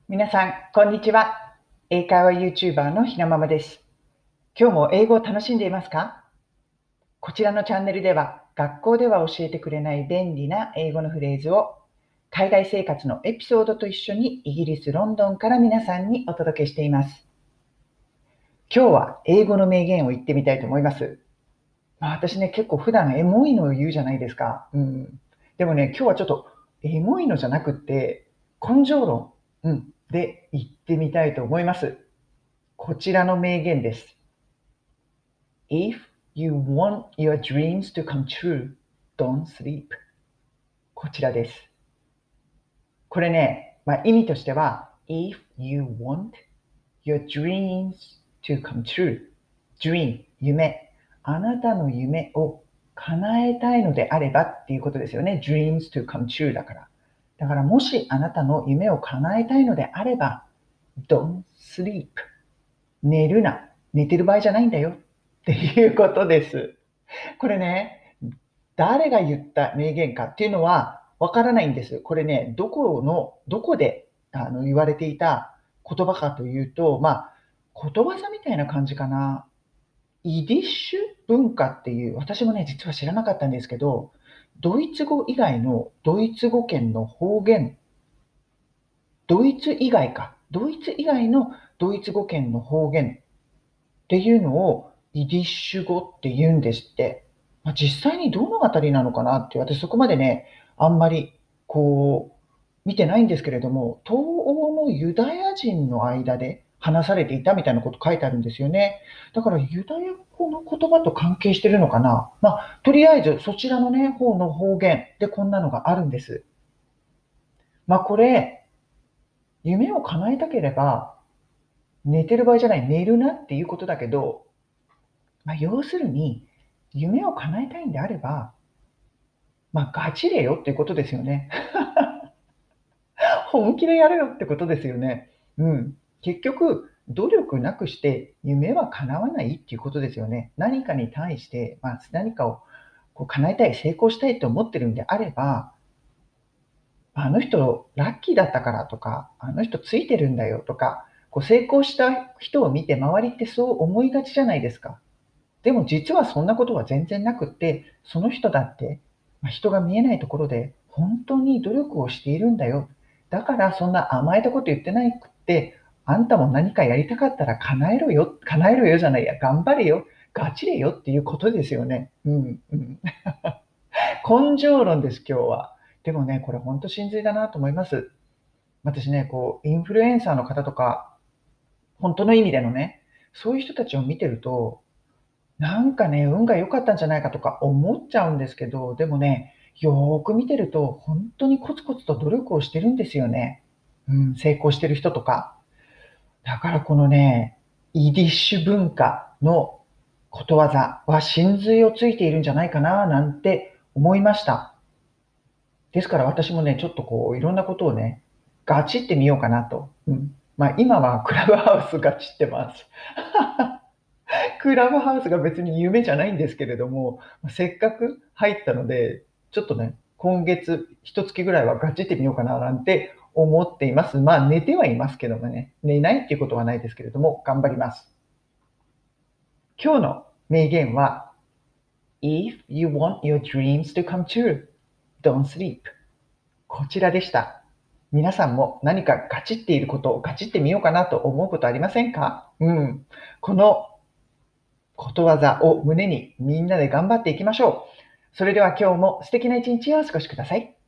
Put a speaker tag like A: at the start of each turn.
A: 皆さん、こんにちは。英会話 YouTuber のひなままです。今日も英語を楽しんでいますか？こちらのチャンネルでは、学校では教えてくれない便利な英語のフレーズを、海外生活のエピソードと一緒にイギリス・ロンドンから皆さんにお届けしています。今日は英語の名言を言ってみたいと思います。私ね、結構普段エモいのを言うじゃないですか。でもね、今日はちょっとエモいのじゃなくって、根性論、で言ってみたいと思います。こちらの名言です。If you want your dreams to come true, don't sleep. こちらです。これね、意味としては、If you want your dreams to come true, dream、夢。あなたの夢を叶えたいのであればっていうことですよね。dreams to come true だから。だからもしあなたの夢を叶えたいのであれば、don't sleep。寝るな。寝てる場合じゃないんだよっていうことです。これね、誰が言った名言かっていうのはわからないんです。これね、どこで言われていた言葉かというと、ことわざみたいな感じかな。イディッシュ文化っていう、私もね、実は知らなかったんですけど、ドイツ語以外のドイツ語圏の方言、ドイツ以外か、ドイツ以外のドイツ語圏の方言っていうのをイディッシュ語って言うんですって。実際にどのあたりなのかなって、私そこまでね、あんまり見てないんですけれども、東欧のユダヤ人の間で話されていたみたいなこと書いてあるんですよね。だからユダヤ語の言葉と関係してるのかな。とりあえずそちらのね、方の方言でこんなのがあるんです。これ、夢を叶えたければ、寝てる場合じゃない、寝るなっていうことだけど、要するに、夢を叶えたいんであれば、ガチでよっていうことですよね。本気でやれよってことですよね。結局、努力なくして夢は叶わないっていうことですよね。何かに対して、何かを叶えたい、成功したいと思ってるんであれば、あの人ラッキーだったからとか、あの人ついてるんだよとか、成功した人を見て周りってそう思いがちじゃないですか。でも実はそんなことは全然なくって、その人だって、人が見えないところで本当に努力をしているんだよ。だからそんな甘えたこと言ってないくって、あんたも何かやりたかったら叶えろよじゃないや、頑張れよ、ガチでよっていうことですよね。根性論です、今日は。でもね、これ本当真髄だなと思います。私ね、インフルエンサーの方とか、本当の意味でのね、そういう人たちを見てると、なんかね、運が良かったんじゃないかとか思っちゃうんですけど、でもね、よーく見てると、本当にコツコツと努力をしてるんですよね。成功してる人とか。だからこのね、イディッシュ文化のことわざは真髄をついているんじゃないかな、なんて思いました。ですから私もね、ちょっといろんなことをね、ガチってみようかなと。今はクラブハウスガチってます。クラブハウスが別に夢じゃないんですけれども、せっかく入ったので、ちょっとね、今月一月ぐらいはガチってみようかななんて思っています。寝てはいますけどもね、寝ないっていうことはないですけれども、頑張ります。今日の名言は、If you want your dreams to come true, don't sleep. こちらでした。皆さんも何かガチっていることをガチってみようかなと思うことありませんか？このことわざを胸にみんなで頑張っていきましょう。それでは今日も素敵な一日をお過ごしください。